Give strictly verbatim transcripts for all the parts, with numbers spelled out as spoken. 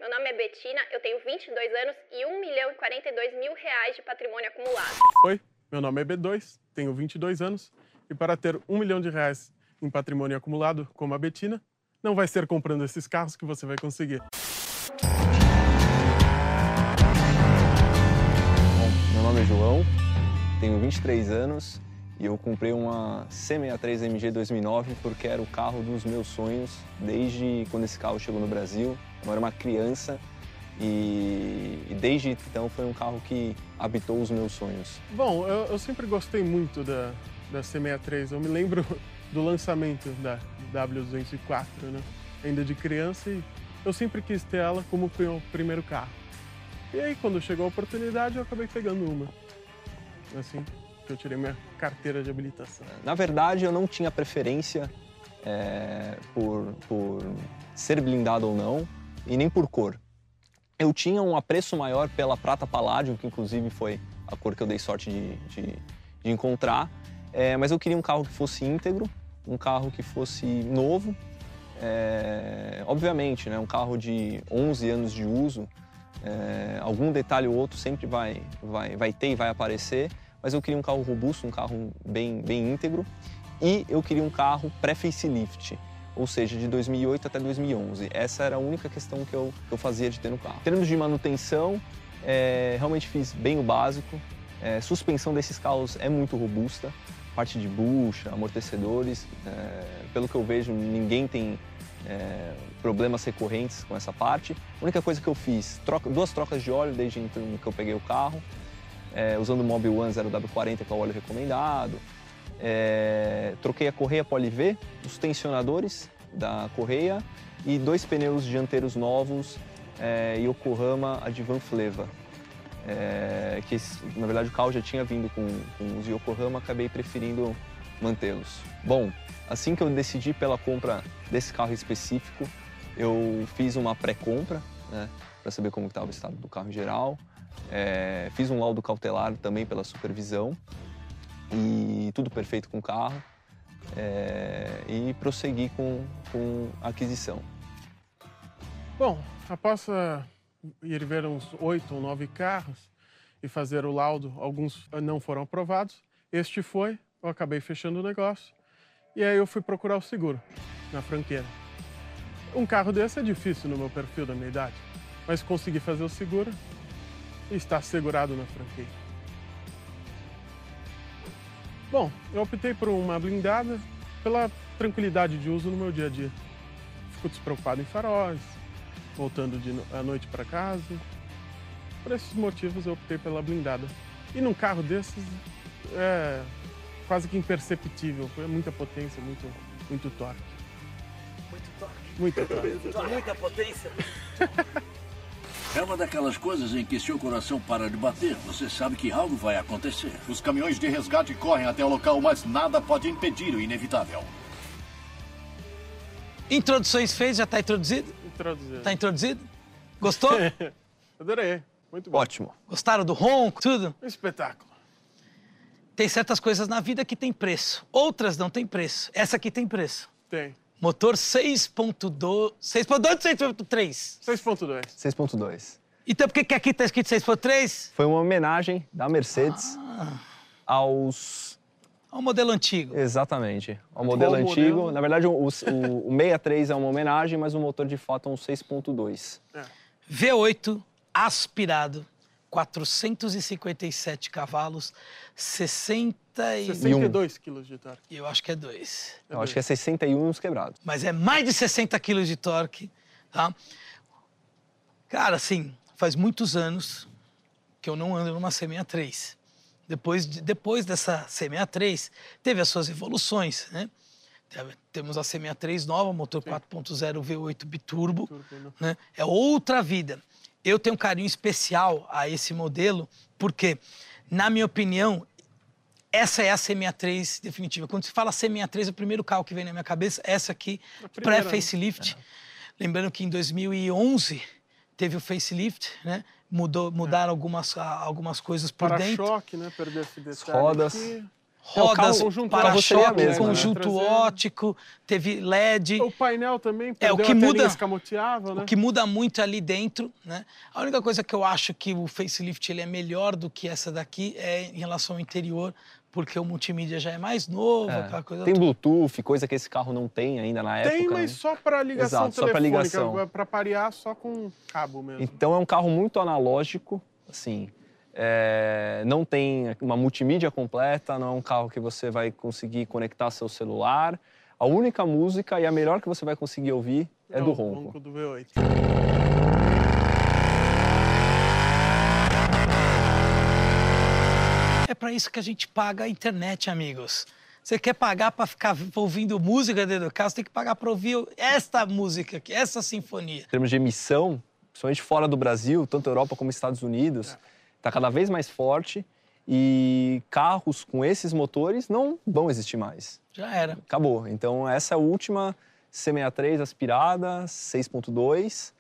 Meu nome é Betina, eu tenho vinte e dois anos e um milhão e quarenta e dois mil reais de patrimônio acumulado. Oi, meu nome é B dois, tenho vinte e dois anos e para ter um milhão de reais em patrimônio acumulado, como a Betina, não vai ser comprando esses carros que você vai conseguir. Bom, meu nome é João, tenho vinte e três anos e eu comprei uma C sessenta e três M G dois mil e nove porque era o carro dos meus sonhos desde quando esse carro chegou no Brasil. Eu era uma criança e, e desde então foi um carro que habitou os meus sonhos. Bom, eu, eu sempre gostei muito da, da C sessenta e três. Eu me lembro do lançamento da W duzentos e quatro, né? Ainda de criança, e eu sempre quis ter ela como meu primeiro carro. E aí, quando chegou a oportunidade, eu acabei pegando uma. Assim, que eu tirei minha carteira de habilitação. Na verdade, eu não tinha preferência é, por, por ser blindado ou não, e nem por cor. Eu tinha um apreço maior pela prata Palladium, que inclusive foi a cor que eu dei sorte de, de, de encontrar, é, mas eu queria um carro que fosse íntegro, um carro que fosse novo, é, obviamente, né, um carro de onze anos de uso, é, algum detalhe ou outro sempre vai, vai, vai ter e vai aparecer, mas eu queria um carro robusto, um carro bem, bem íntegro, e eu queria um carro pré-facelift, ou seja, de dois mil e oito até dois mil e onze. Essa era a única questão que eu, que eu fazia de ter no carro. Em termos de manutenção, é, realmente fiz bem o básico. É, suspensão desses carros é muito robusta, parte de bucha, amortecedores. É, pelo que eu vejo, ninguém tem é, problemas recorrentes com essa parte. A única coisa que eu fiz, troca, duas trocas de óleo desde então que eu peguei o carro, é, usando o Mobil One zero W quarenta, que é o óleo recomendado. É, troquei a correia Poli-V, os tensionadores da correia e dois pneus dianteiros novos, é, Yokohama Advan Fleva. É, que na verdade o carro já tinha vindo com, com os Yokohama, acabei preferindo mantê-los. Bom, assim que eu decidi pela compra desse carro específico, eu fiz uma pré-compra, né, para saber como estava o estado do carro em geral. É, fiz um laudo cautelar também pela supervisão. E tudo perfeito com o carro, é, e prossegui com, com a aquisição. Bom, após uh, ir ver uns oito ou nove carros e fazer o laudo, alguns não foram aprovados. Este foi, eu acabei fechando o negócio e aí eu fui procurar o seguro na franqueira. Um carro desse é difícil no meu perfil da minha idade, mas consegui fazer o seguro e está segurado na franqueira. Bom, eu optei por uma blindada pela tranquilidade de uso no meu dia a dia. Fico despreocupado em faróis, voltando de no... à noite para casa. Por esses motivos eu optei pela blindada. E num carro desses é quase que imperceptível, é muita potência, muito, muito torque. Muito torque? Muito torque. Muita potência? É uma daquelas coisas em que seu coração para de bater. Você sabe que algo vai acontecer. Os caminhões de resgate correm até o local, mas nada pode impedir o inevitável. Introduções feitas, já está introduzido? Introduzido. Está introduzido? Gostou? Adorei, muito bom. Ótimo. Gostaram do ronco, tudo? Um espetáculo. Tem certas coisas na vida que tem preço, outras não tem preço. Essa aqui tem preço. Tem. Motor seis ponto dois, seis ponto dois ou seis ponto três? seis ponto dois. seis ponto dois. Então por que que aqui está escrito seis ponto três? Foi uma homenagem da Mercedes ah. aos... Ao modelo antigo. Exatamente, ao modelo Qual antigo. modelo? Na verdade, o, o, o sessenta e três é uma homenagem, mas o motor de fato é um seis ponto dois. É. V oito aspirado, quatrocentos e cinquenta e sete cavalos, sessenta e... sessenta e dois quilos de torque. Eu acho que é dois. Eu acho que é sessenta e um uns quebrados. Mas é mais de sessenta quilos de torque, tá? Cara, assim, faz muitos anos que eu não ando numa C sessenta e três. Depois, de, depois dessa C sessenta e três, teve as suas evoluções, né? Temos a C sessenta e três nova, motor quatro ponto zero V oito biturbo, Turbo, né? É outra vida. Eu tenho um carinho especial a esse modelo, porque, na minha opinião, essa é a C sessenta e três definitiva. Quando se fala C sessenta e três, o primeiro carro que vem na minha cabeça é essa aqui, pré-facelift. É. Lembrando que em dois mil e onze teve o facelift, né? Mudou, mudaram é. algumas, algumas coisas por dentro. Para-choque, né? Perdeu esse detalhe rodas. aqui. rodas, conjunto- para-choque, carroceria mesmo, né? conjunto Traseiro. óptico, teve L E D. O painel também É, perdeu o que a telinha muda- escamoteável, né? O que muda muito ali dentro, né? A única coisa que eu acho que o facelift ele é melhor do que essa daqui é em relação ao interior, porque o multimídia já é mais novo, É, aquela coisa tem toda. Bluetooth, coisa que esse carro não tem ainda na época. Tem, mas né? só para ligação Exato, só pra telefônica, ligação. para parear só com cabo mesmo. Então é um carro muito analógico, assim, é, não tem uma multimídia completa, não é um carro que você vai conseguir conectar seu celular. A única música e a melhor que você vai conseguir ouvir é do o ronco. do V oito. É para isso que a gente paga a internet, amigos. Você quer pagar para ficar ouvindo música dentro do carro, você tem que pagar para ouvir esta música aqui, essa sinfonia. Em termos de emissão, principalmente fora do Brasil, tanto Europa como Estados Unidos, está cada vez mais forte e carros com esses motores não vão existir mais. Já era. Acabou. Então essa é a última C sessenta e três aspirada, seis ponto dois,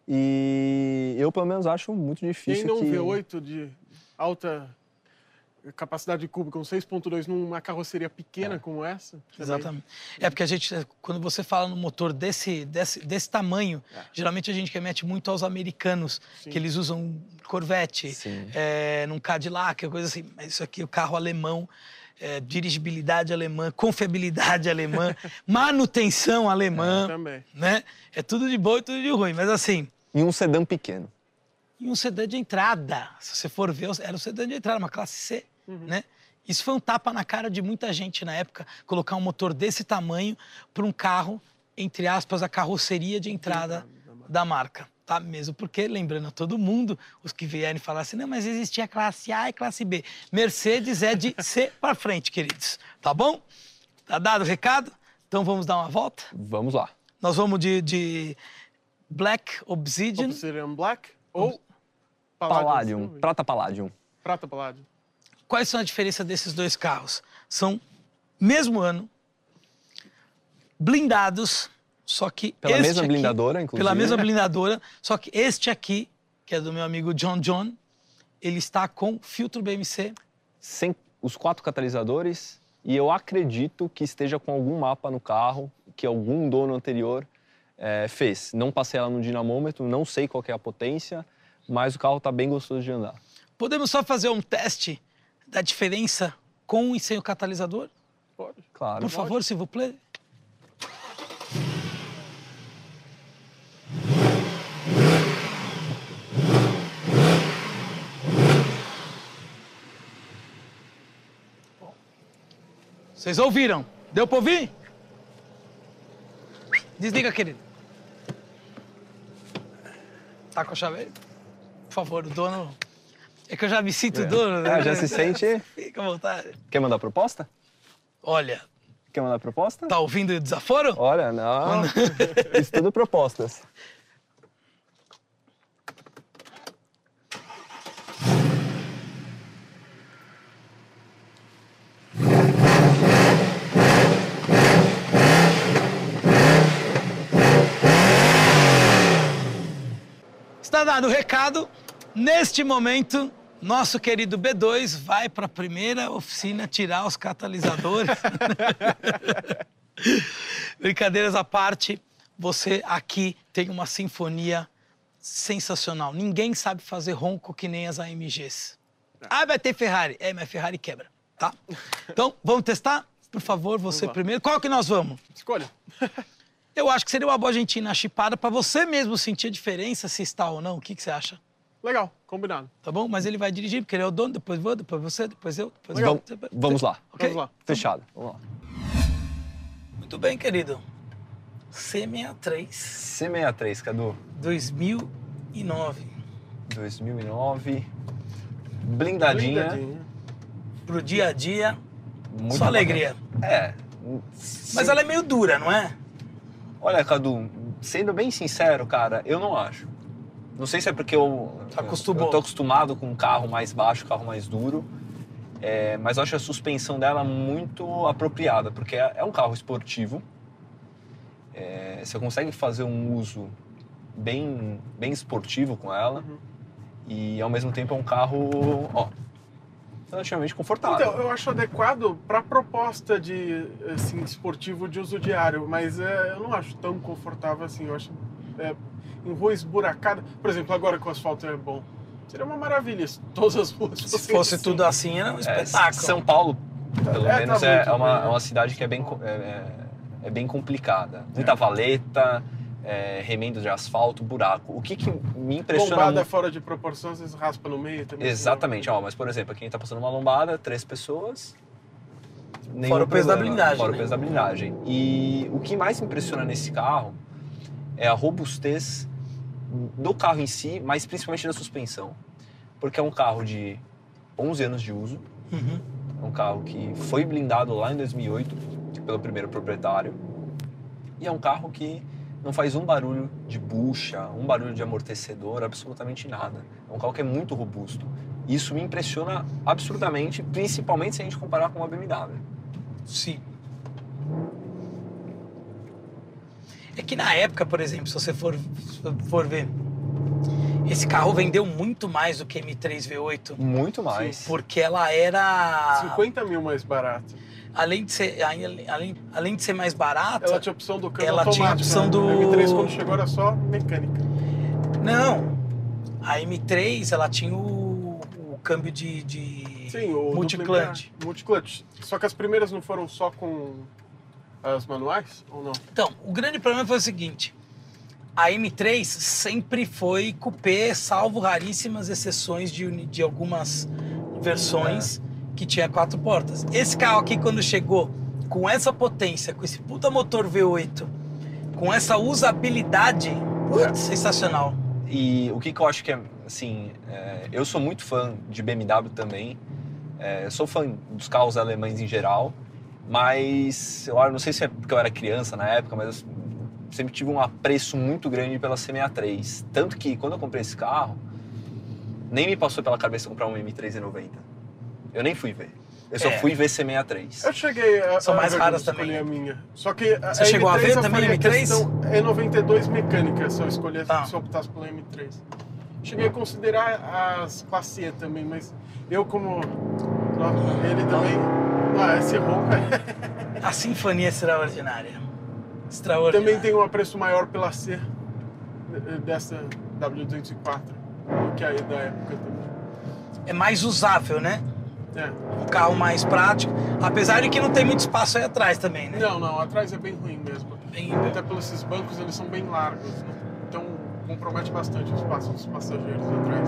e eu pelo menos acho muito E difícil ainda um que... V oito de alta capacidade cubo com seis ponto dois numa carroceria pequena É. como essa. também. Exatamente. É porque a gente, quando você fala no motor desse, desse, desse tamanho, É. geralmente a gente remete muito aos americanos, Sim. que eles usam Corvette, Sim. é, num Cadillac, coisa assim. Mas isso aqui, o carro alemão, é, dirigibilidade alemã, confiabilidade alemã, manutenção alemã, Também. né? É tudo de bom e tudo de ruim. Mas assim, E um sedã pequeno. e um sedã de entrada. Se você for ver, era um sedã de entrada, uma classe C, né? Isso foi um tapa na cara de muita gente na época, colocar um motor desse tamanho para um carro, entre aspas, a carroceria de entrada da marca, tá? Mesmo porque, lembrando a todo mundo, os que vierem falar assim, não, mas existia classe A e classe B. Mercedes é de C para frente, queridos, tá bom? Tá dado o recado? Então vamos dar uma volta? Vamos lá. Nós vamos de, de Black Obsidian. Obsidian Black ou Palladium, Silver. prata Palladium. Prata Palladium. Quais são a diferença desses dois carros? São mesmo ano, blindados, só que Pela este mesma aqui- blindadora, inclusive. Pela mesma blindadora, só que este aqui, que é do meu amigo John John, ele está com filtro B M C. Sem os quatro catalisadores, e eu acredito que esteja com algum mapa no carro que algum dono anterior eh, fez. Não passei ela no dinamômetro, não sei qual que é a potência, mas o carro está bem gostoso de andar. Podemos só fazer um teste da diferença com e sem o catalisador? Pode. Claro. Por favor, s'il vous plaît. Vocês ouviram? Deu pra ouvir? Desliga, querido. Tá com a chave aí? Por favor, o dono... É que eu já me sinto É. dono, né? É, já se sente- Fica à vontade. Quer mandar proposta? Olha, Quer mandar proposta? tá ouvindo o desaforo? Olha, não. Isso tudo propostas. Está dado o recado. Neste momento, nosso querido B dois vai para a primeira oficina tirar os catalisadores. Brincadeiras à parte, você aqui tem uma sinfonia sensacional. Ninguém sabe fazer ronco que nem as A M Gs. Ah, vai ter Ferrari. É, mas Ferrari quebra, tá? Então, vamos testar? Por favor, você lá. primeiro. Qual que nós vamos? Escolha. Eu acho que seria uma boa Argentina chipada para você mesmo sentir a diferença se está ou não. O que, que você acha? Legal, combinado. Tá bom? Mas ele vai dirigir, porque ele é o dono, depois vou, depois você, depois eu, depois Vamos, eu. vamos lá. Ok? Vamos lá. Fechado. Vamos lá. Muito bem, querido. C sessenta e três, C sessenta e três, Cadu. dois mil e nove. dois mil e nove. Blindadinha. Blindadinha. Pro dia a dia, Muito só alegria. bacana. É. Mas ela é meio dura, não é? Olha, Cadu, sendo bem sincero, cara, eu não acho. Não sei se é porque eu, Acostumou. eu tô acostumado com um carro mais baixo, carro mais duro, é, mas eu acho a suspensão dela muito apropriada, porque é, é um carro esportivo, é, você consegue fazer um uso bem, bem esportivo com ela, e ao mesmo tempo é um carro, ó, relativamente confortável. Então, eu acho adequado para a proposta de assim, esportivo de uso diário, mas é, eu não acho tão confortável assim. Eu acho é, em rua esburacada, por exemplo, agora que o asfalto é bom, seria uma maravilha se todas as ruas Se fossem fosse assim. tudo assim, era um É, espetáculo. São Paulo, pelo É, menos, tá é, muito é uma, bem. é uma cidade que é bem, co- é, é- é bem complicada. Muita valeta, é, remendo de asfalto, buraco. O que, que me impressiona Lombada muito... fora de proporção, às vezes raspa no meio também. Exatamente, ó, mas por exemplo, aqui a gente tá passando uma lombada, três pessoas. nenhum Fora o peso da problema, blindagem, Fora né? o peso da blindagem. E o que mais impressiona nesse carro é a robustez do carro em si, mas principalmente da suspensão. Porque é um carro de onze anos de uso, Uhum. é um carro que foi blindado lá em dois mil e oito pelo primeiro proprietário, e é um carro que não faz um barulho de bucha, um barulho de amortecedor, absolutamente nada. É um carro que é muito robusto. Isso me impressiona absurdamente, principalmente se a gente comparar com uma B M W. Sim. É que na época, por exemplo, se você for, for ver, esse carro vendeu muito mais do que a M três V oito. Muito mais. Porque ela era... cinquenta mil mais barato. Além de ser, além, além de ser mais barata... Ela tinha a opção do câmbio Ela automático. tinha a opção né? do- A M três, quando chegou, era só mecânica. Não. A M três, ela tinha o, o câmbio de, de Sim, o multiclante. duplo- multiclutch. Só que as primeiras não foram só com as manuais, ou não? Então, o grande problema foi o seguinte. A M três sempre foi coupé, salvo raríssimas exceções de, uni- de algumas versões que tinha quatro portas. Esse carro aqui, quando chegou com essa potência, com esse puta motor V oito, com essa usabilidade, putz, sensacional. E o que, que eu acho que é, assim, é, eu sou muito fã de B M W também, é, sou fã dos carros alemães em geral, mas eu não sei se é porque eu era criança na época, mas eu sempre tive um apreço muito grande pela C sessenta e três. Tanto que quando eu comprei esse carro, nem me passou pela cabeça comprar um M três E noventa. Eu nem fui ver. Eu só É. fui ver C sessenta e três. Eu cheguei a, São a mais ver raras quando escolhi também. a minha. Só que a, Você a chegou a M três ver eu também faria M três? questão E noventa e dois mecânica, se eu escolhesse, Ah. se eu optasse pela M três. Cheguei a considerar as classe E também, mas eu como... Nossa, ele também... Ah, esse ronco é... A sinfonia é extraordinária. Extraordinária. Também tem um apreço maior pela C dessa W duzentos e quatro, que aí da época também. É mais usável, né? É. Um carro mais prático. Apesar de que não tem muito espaço aí atrás também, né? Não, não, atrás é bem ruim mesmo. Bem- Até pelos esses bancos, eles são bem largos, né? Então compromete bastante o espaço dos passageiros atrás.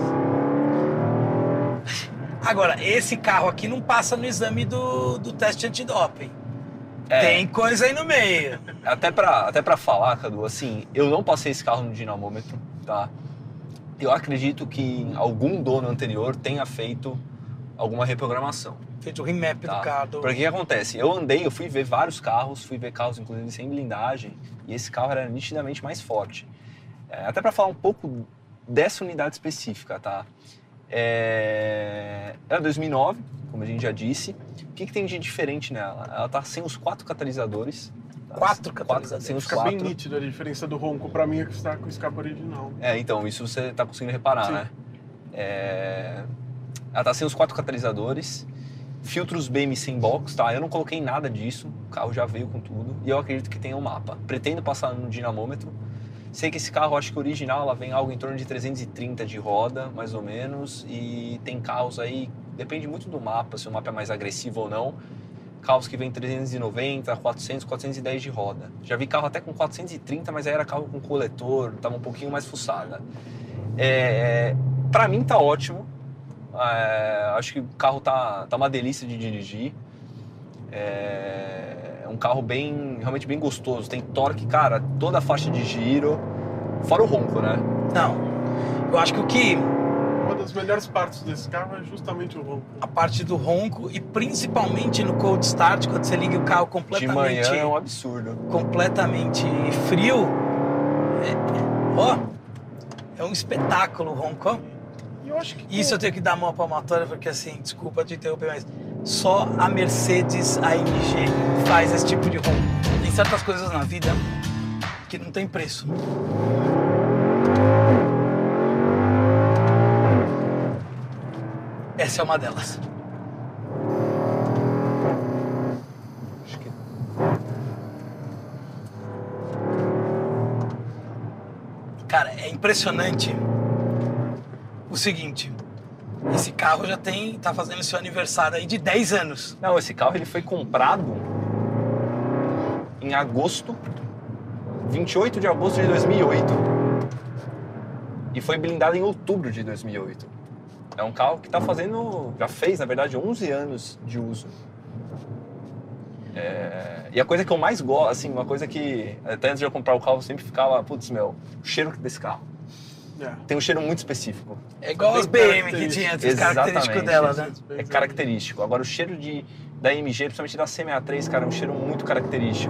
Agora, esse carro aqui não passa no exame do, do teste antidoping. É. Tem coisa aí no meio. Até pra, até pra falar, Cadu, assim, eu não passei esse carro no dinamômetro, tá? Eu acredito que algum dono anterior tenha feito alguma reprogramação. Feito o remap Tá? do carro. Do... Porque o que acontece? Eu andei, eu fui ver vários carros, fui ver carros inclusive sem blindagem, e esse carro era nitidamente mais forte. É, até para falar um pouco dessa unidade específica, tá? É... Era dois mil e nove, como a gente já disse. O que, que tem de diferente nela? Ela tá sem os quatro catalisadores. Tá? Quatro catalisadores. Sem os Fica quatro. bem nítido a diferença do ronco pra mim é que está com o escape original. É, então, isso você tá conseguindo reparar, Sim. né? É... Ela tá sem os quatro catalisadores, filtros B M sem box, tá? Eu não coloquei nada disso, o carro já veio com tudo, e eu acredito que tenha um mapa. Pretendo passar no dinamômetro. Sei que esse carro, acho que original, ela vem algo em torno de trezentos e trinta de roda, mais ou menos, e tem carros aí, depende muito do mapa, se o mapa é mais agressivo ou não, carros que vêm trezentos e noventa, quatrocentos, quatrocentos e dez de roda. Já vi carro até com quatrocentos e trinta, mas aí era carro com coletor, tava um pouquinho mais fuçada. É, pra mim tá ótimo, é, acho que o carro tá, tá uma delícia de dirigir. É, é um carro bem, realmente bem gostoso, tem torque, cara, toda a faixa de giro, fora o ronco, né? Não. Eu acho que o que... Uma das melhores partes desse carro é justamente o ronco. A parte do ronco e principalmente no cold start, quando você liga o carro De completamente... manhã é um absurdo. completamente frio, é, ó, é um espetáculo o ronco, ó. E eu acho que Isso eu tenho que dar a mão pra palmatória, porque assim, desculpa te interromper, mas só a Mercedes A M G faz esse tipo de ronco. Tem certas coisas na vida que não tem preço. Essa é uma delas. impressionante o seguinte, esse carro já tem, tá fazendo seu aniversário aí de dez anos. Não, esse carro ele foi comprado em agosto, vinte e oito de agosto de dois mil e oito. E foi blindado em outubro de dois mil e oito. É um carro que tá fazendo, já fez, na verdade, onze anos de uso. É... E a coisa que eu mais gosto, assim, uma coisa que até antes de eu comprar o carro eu sempre ficava, putz, meu, o cheiro desse carro. É. Tem um cheiro muito específico. É igual Bem as B M que tinha, as características dela, né? É característico. Agora o cheiro de, da M G, principalmente da C sessenta e três, cara, é um cheiro muito característico.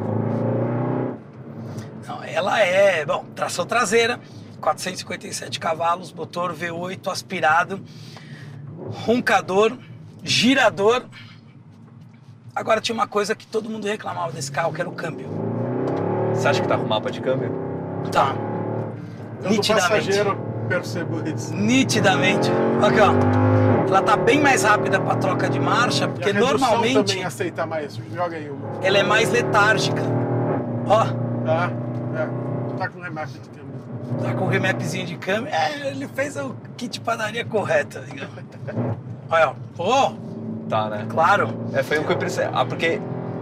Não, ela é, bom, tração traseira, quatrocentos e cinquenta e sete cavalos, motor V oito aspirado, roncador, girador. Agora tinha uma coisa que todo mundo reclamava desse carro, que era o câmbio. Você acha que tá com mapa de câmbio? Tá. Eu, do Nitidamente. passageiro, percebo isso. Nitidamente. Aqui, ó. Ela tá bem mais rápida para troca de marcha, porque E a redução normalmente também aceita mais. Joga aí uma. ela é mais letárgica. Ó, Tá? É. Tá com remap de câmbio. tá com o remapzinho de câmbio. É, ele fez o kit padaria correta. Olha, ó. Pô, Tá, né? claro. É, foi o que eu pensei. Ah, porque...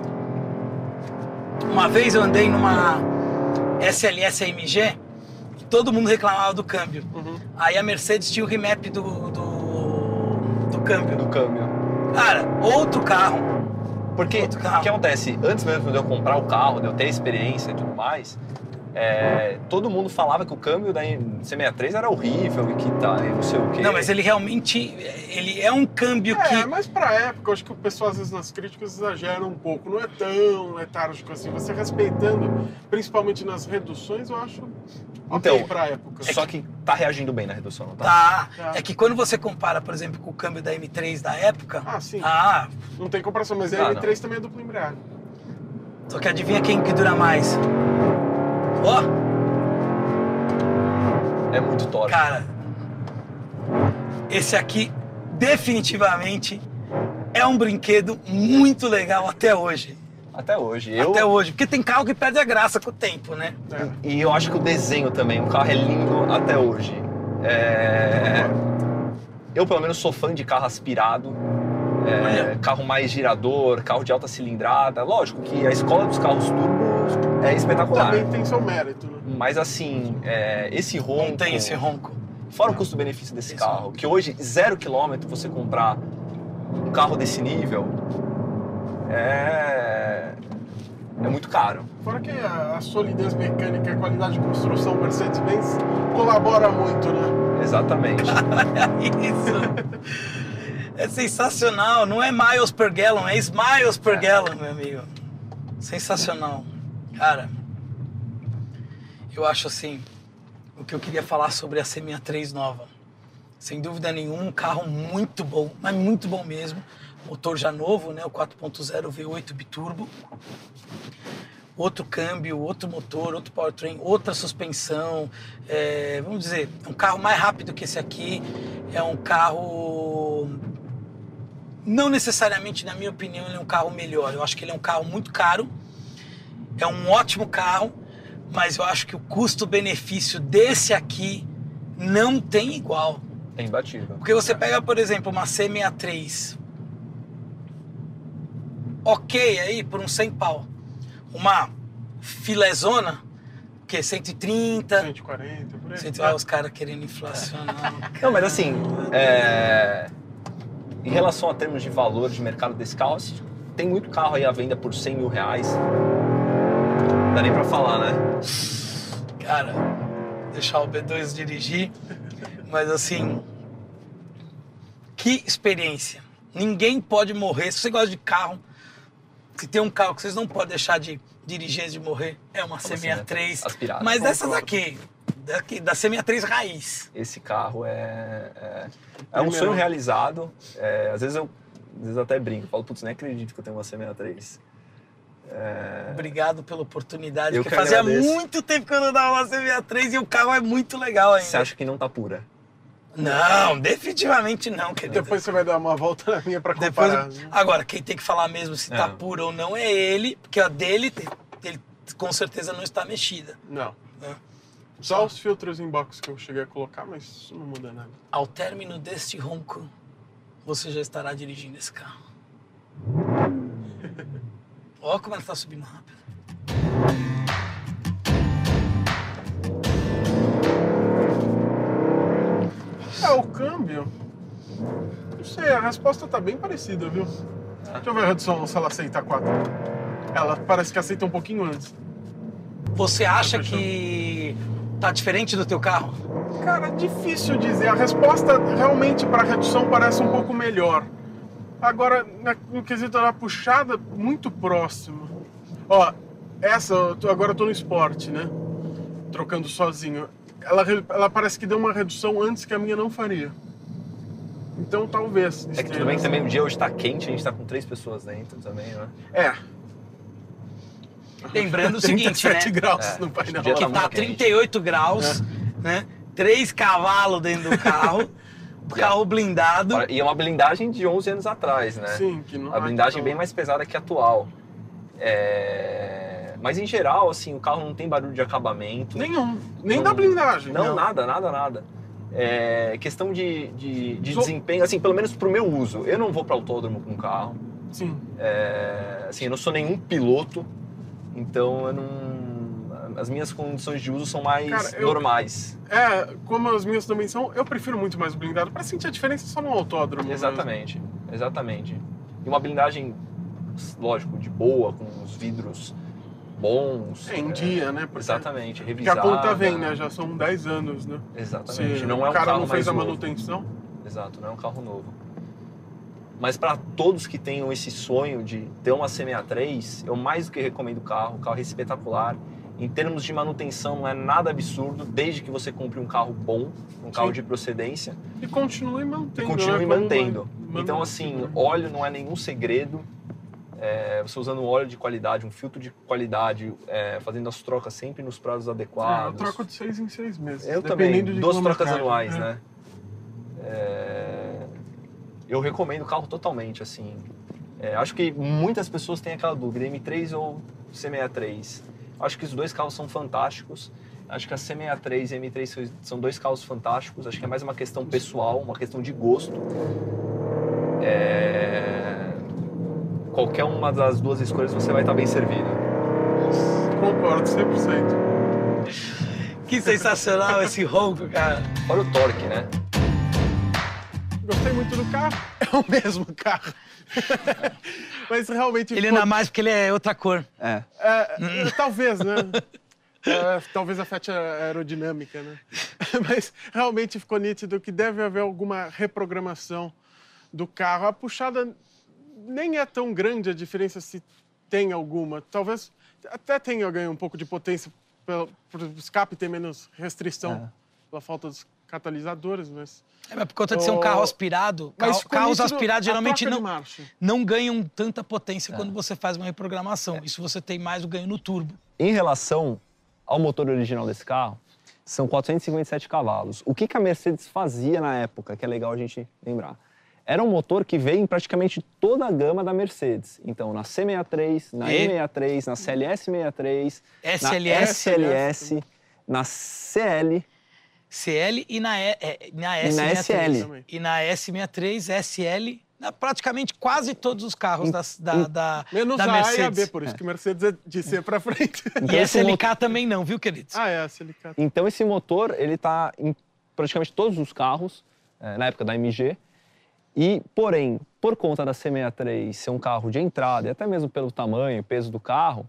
Uma vez eu andei numa S L S A M G e todo mundo reclamava do câmbio. Uhum. Aí a Mercedes tinha o remap do, do, do câmbio. Do câmbio. Cara, outro carro. Porque Outro o carro. que acontece? Antes mesmo de eu comprar o carro, de eu ter experiência e tudo mais, é, todo mundo falava que o câmbio da C sessenta e três era horrível e que tá, e não sei o quê. Não, mas ele realmente, ele é um câmbio É, que... mas pra época, eu acho que o pessoal às vezes nas críticas exagera um pouco. Não é tão letárgico assim. Você respeitando, principalmente nas reduções, eu acho ok Então, pra época. Só que tá reagindo bem na redução, não tá? Tá. Tá. É que quando você compara, por exemplo, com o câmbio da M três da época... Ah, sim. Ah, Não tem comparação, mas a Ah, M três também é dupla embreagem. só que adivinha quem que dura mais? Ó, É muito torque. cara, esse aqui definitivamente é um brinquedo muito legal até hoje. Até hoje. Eu, Até hoje. Porque tem carro que perde a graça com o tempo, né? É. E eu acho que o desenho também, o carro é lindo até hoje. É... Eu, pelo menos, sou fã de carro aspirado. É, Olha. carro mais girador, carro de alta cilindrada. Lógico que a escola dos carros turbos é espetacular. Também tem seu mérito, né? Mas assim, é, esse ronco... Não tem esse ronco. Fora o custo-benefício desse Esse carro, ronco. que hoje, zero quilômetro, você comprar um carro desse nível é, é muito caro. Fora que a, a solidez mecânica e a qualidade de construção Mercedes-Benz colabora muito, né? Exatamente. Isso. É sensacional. Não é miles per gallon, é smiles per gallon, meu amigo. Sensacional. Cara, eu acho assim, o que eu queria falar sobre a C sessenta e três nova. Sem dúvida nenhuma, um carro muito bom, mas muito bom mesmo. Motor já novo, né? O quatro ponto zero V oito biturbo. Outro câmbio, outro motor, outro powertrain, outra suspensão. É, vamos dizer, é um carro mais rápido que esse aqui. É um carro... Não necessariamente, na minha opinião, ele é um carro melhor. Eu acho que ele é um carro muito caro. É um ótimo carro. Mas eu acho que o custo-benefício desse aqui não tem igual. É imbatível. Porque você pega, por exemplo, uma C sessenta e três. Ok, aí, por uns cem pau. Uma filezona, que é cento e trinta. cento e quarenta, por aí. cento, ah, os caras querendo inflacionar. Não, mas assim, é, em relação a termos de valor de mercado desse carro, assim, tem muito carro aí à venda por cem mil reais. Não dá nem pra falar, né? Cara, deixar o B dois dirigir, mas assim, que experiência. Ninguém pode morrer. Se você gosta de carro, se tem um carro que vocês não podem deixar de dirigir antes de morrer, é uma C sessenta e três. Aspirada. Mas dessas Concordo. aqui, daqui, da C sessenta e três raiz. Esse carro é, é, é um Primeiro. sonho realizado. É, às vezes eu às vezes eu até brinco, falo, putz, nem acredito que eu tenho uma C sessenta e três. É... Obrigado pela oportunidade, Eu porque que fazia agradeço. muito tempo que eu não dava uma C sessenta e três e o carro é muito legal ainda. Você acha que não tá pura? Não, definitivamente não, querido. Depois você vai dar uma volta na minha pra Depois, comparar. agora, quem tem que falar mesmo se tá É. pura ou não é ele, porque a dele, ele com certeza não está mexida. Não. Né? Só os filtros em box que eu cheguei a colocar, mas isso não muda nada. Ao término deste ronco, você já estará dirigindo esse carro. Olha como ela está subindo rápido. É, o câmbio... Não sei, a resposta tá bem parecida, viu? Deixa eu ver a redução, se ela aceita a quatro. Ela parece que aceita um pouquinho antes. Você acha que tá diferente do teu carro? Cara, difícil dizer. A resposta realmente para redução parece um pouco melhor. Agora, no quesito da puxada, muito próximo. Ó, essa, eu tô, agora eu tô no esporte, né? Trocando sozinho. Ela, ela parece que deu uma redução antes que a minha não faria. Então, talvez. É que tudo bem que também o dia hoje tá quente, a gente tá com três pessoas dentro também, né? É. Lembrando o seguinte, né? trinta e sete graus É, no painel. dia Que tá tá muito quente. trinta e oito graus, né? Três cavalos dentro do carro, carro blindado. E é uma blindagem de onze anos atrás, né? Sim, que não A é blindagem tão- bem mais pesada que a atual. É... Mas em geral, assim, o carro não tem barulho de acabamento. Nenhum. Nem Não- da blindagem. Não, nada, nada, nada. É questão de, de, de So- desempenho, assim, pelo menos pro meu uso. Eu não vou para autódromo com carro. Sim. É, assim, eu não sou nenhum piloto, então eu não... As minhas condições de uso são mais Cara, eu- normais. É, como as minhas também são, eu prefiro muito mais blindado pra sentir a diferença só no autódromo. mesmo. Exatamente, exatamente. E uma blindagem, lógico, de boa, com os vidros bons. É, em dia, né? Porque- Exatamente, Porque revisada. a conta vem, né? Já são dez anos, né? Exatamente, Se não é um o cara carro não fez mais a novo. manutenção. Exato, não é um carro novo. Mas para todos que tenham esse sonho de ter uma C sessenta e três, eu mais do que recomendo o carro. O carro é espetacular. Em termos de manutenção, não é nada absurdo, desde que você compre um carro bom, um carro Sim. de procedência, E continue e mantendo. continue né? Como mantendo. uma- Então, uma- assim, óleo não é nenhum segredo. É, você usando um óleo de qualidade, um filtro de qualidade, é, fazendo as trocas sempre nos prazos É, eu adequados. troco de seis em seis meses. Eu também, dependendo de duas trocas quilometragem. anuais, É. né? É, eu recomendo o carro totalmente, assim. É, acho que muitas pessoas têm aquela dúvida, M três ou C sessenta e três. Acho que os dois carros são fantásticos. Acho que a C sessenta e três e a M três são dois carros fantásticos. Acho que é mais uma questão pessoal, uma questão de gosto. É... Qualquer uma das duas escolhas você vai estar bem servido. Concordo, cem por cento. Que sensacional esse ronco, cara. Olha o torque, né? Gostei muito do carro. É o mesmo carro. Mas realmente... Ele ficou- anda mais porque ele é outra cor. É. É, talvez, né? É, talvez afete a aerodinâmica, né? Mas realmente ficou nítido que deve haver alguma reprogramação do carro. A puxada nem é tão grande a diferença se tem alguma. Talvez até tenha ganho um pouco de potência pelo, por o escape ter menos restrição É. pela falta dos catalisadores, mas... É, mas por conta de ser um Oh, carro aspirado, mas carro- ficou carros nítido aspirados a geralmente troca de não, marcha. não ganham tanta potência É. quando você faz uma reprogramação. Isso você tem mais o ganho no turbo. Em relação ao motor original desse carro, são quatrocentos e cinquenta e sete cavalos. O que que a Mercedes fazia na época, que é legal a gente lembrar? Era um motor que veio em praticamente toda a gama da Mercedes. Então, na C sessenta e três, na E? E sessenta e três, na C L S sessenta e três, S na L S, S L S, na C L C L e na, e, é, na S e na sessenta e três. S L. E na S sessenta e três, S L, na praticamente quase todos os carros da, da, da, Menos da a A e a Mercedes. B, por isso que Mercedes é de C pra frente. E esse S L K também não, viu, queridos? Ah, é, a silicata. Então, esse motor, ele tá em praticamente todos os carros, eh, na época da M G. E, porém, por conta da C sessenta e três ser um carro de entrada, e até mesmo pelo tamanho e peso do carro,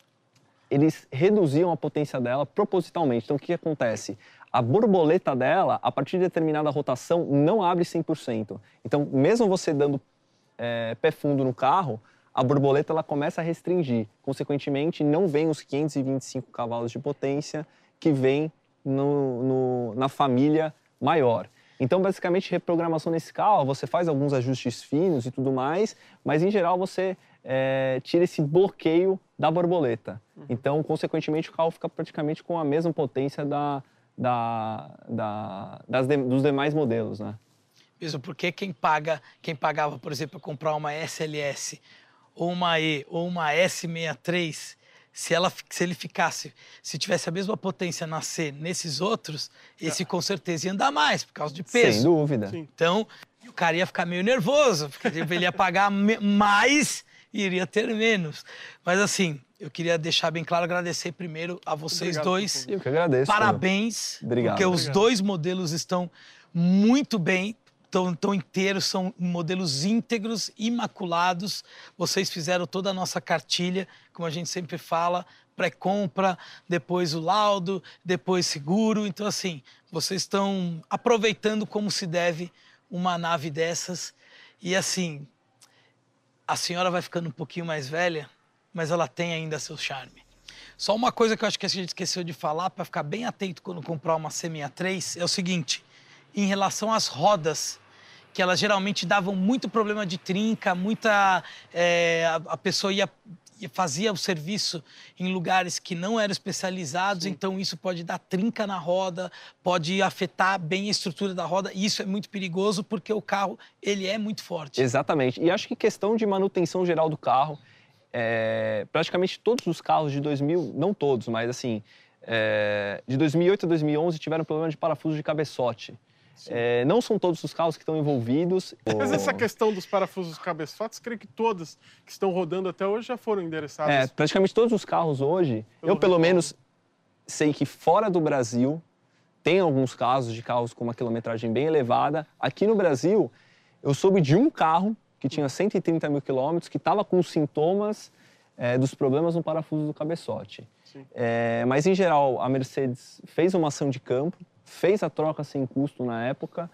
eles reduziam a potência dela propositalmente. Então, o que que acontece? A borboleta dela, a partir de determinada rotação, não abre cem por cento. Então, mesmo você dando eh, pé fundo no carro, a borboleta ela começa a restringir. Consequentemente, não vem os quinhentos e vinte e cinco cavalos de potência que vem no, no, na família maior. Então, basicamente, reprogramação nesse carro, você faz alguns ajustes finos e tudo mais, mas, em geral, você é, tira esse bloqueio da borboleta. Então, consequentemente, o carro fica praticamente com a mesma potência da, da, da, das de, dos demais modelos, né? Mesmo porque quem paga, quem pagava, por exemplo, para comprar uma S L S, ou uma E, ou uma S sessenta e três, Se, ela, se ele ficasse, se tivesse a mesma potência na C nesses outros, esse com certeza ia andar mais, por causa de peso. Sem dúvida. Sim. Então, o cara ia ficar meio nervoso, porque ele ia pagar mais e iria ter menos. Mas assim, eu queria deixar bem claro, agradecer primeiro a vocês Obrigado, dois. Eu que agradeço. Parabéns, Obrigado. porque os Obrigado. dois modelos estão muito bem, estão tão inteiros, são modelos íntegros, imaculados. Vocês fizeram toda a nossa cartilha, como a gente sempre fala, pré-compra, depois o laudo, depois seguro. Então, assim, vocês estão aproveitando como se deve uma nave dessas. E, assim, a senhora vai ficando um pouquinho mais velha, mas ela tem ainda seu charme. Só uma coisa que eu acho que a gente esqueceu de falar, para ficar bem atento quando comprar uma C sessenta e três, é o seguinte, em relação às rodas, que elas geralmente davam muito problema de trinca, muita... É, a, a pessoa ia, ia, fazia o serviço em lugares que não eram especializados, Sim. então isso pode dar trinca na roda, pode afetar bem a estrutura da roda, e isso é muito perigoso porque o carro, ele é muito forte. Exatamente, e acho que questão de manutenção geral do carro, é, praticamente todos os carros de dois mil, não todos, mas assim, é, de dois mil e oito a dois mil e onze tiveram problema de parafuso de cabeçote. É, não são todos os carros que estão envolvidos. Mas essa questão dos parafusos cabeçotes, creio que todas que estão rodando até hoje já foram endereçadas. É, praticamente todos os carros hoje, pelo eu pelo reclamo. menos sei que fora do Brasil tem alguns casos de carros com uma quilometragem bem elevada. Aqui no Brasil, eu soube de um carro que tinha cento e trinta mil quilômetros, que estava com sintomas é, dos problemas no parafuso do cabeçote. É, mas, em geral, a Mercedes fez uma ação de campo, fez a troca sem custo na época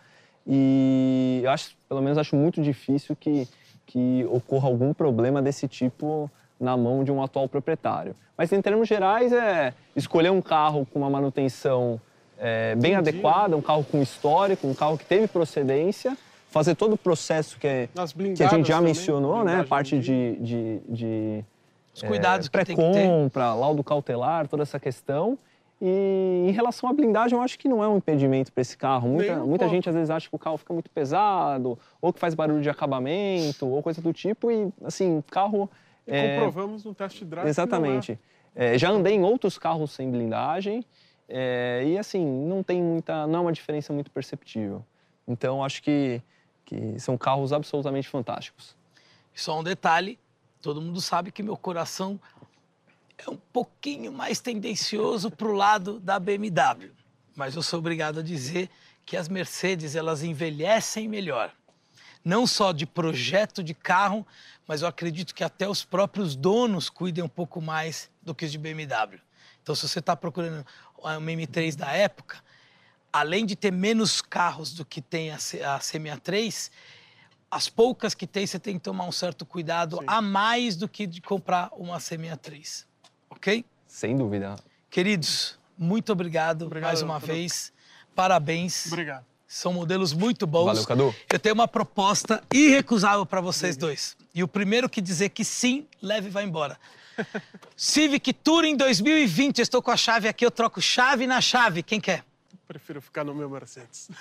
e eu acho, pelo menos acho muito difícil que, que ocorra algum problema desse tipo na mão de um atual proprietário. Mas em termos gerais é escolher um carro com uma manutenção é, bem Entendi. adequada, um carro com histórico, um carro que teve procedência, fazer todo o processo que, é, que a gente já também, mencionou, né? Parte de, de, de Os cuidados é, pré-compra, laudo cautelar, toda essa questão. E em relação à blindagem, eu acho que não é um impedimento para esse carro. Muita, um muita gente às vezes acha que o carro fica muito pesado, ou que faz barulho de acabamento, ou coisa do tipo. E, assim, carro... E é... comprovamos no test drive. Exatamente. É. É, já andei em outros carros sem blindagem é, e, assim, não tem muita... não é uma diferença muito perceptível. Então, acho que, que são carros absolutamente fantásticos. Só um detalhe, todo mundo sabe que meu coração é um pouquinho mais tendencioso para o lado da B M W. Mas eu sou obrigado a dizer que as Mercedes, elas envelhecem melhor. Não só de projeto de carro, mas eu acredito que até os próprios donos cuidem um pouco mais do que os de B M W. Então, se você está procurando uma M três da época, além de ter menos carros do que tem a C sessenta e três, as poucas que tem, você tem que tomar um certo cuidado Sim. a mais do que de comprar uma C sessenta e três. Ok? Sem dúvida. Queridos, muito obrigado, obrigado mais uma Cadu. vez. Parabéns. Obrigado. São modelos muito bons. Valeu, Cadu. Eu tenho uma proposta irrecusável para vocês dois. E o primeiro que dizer que sim, leve e vai embora. Civic Touring dois mil e vinte. Eu estou com a chave aqui, eu troco chave na chave. Quem quer? Prefiro ficar no meu Mercedes.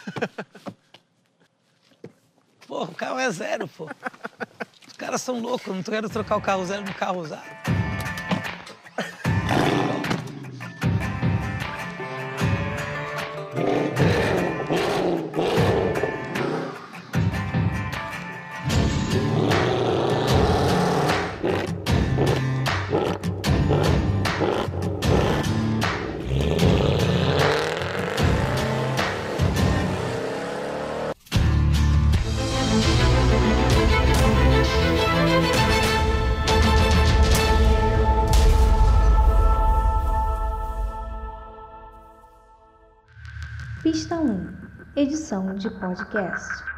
Pô, o carro é zero, pô. Os caras são loucos, eu não quero trocar o carro zero no carro usado. Pista um, edição de podcast.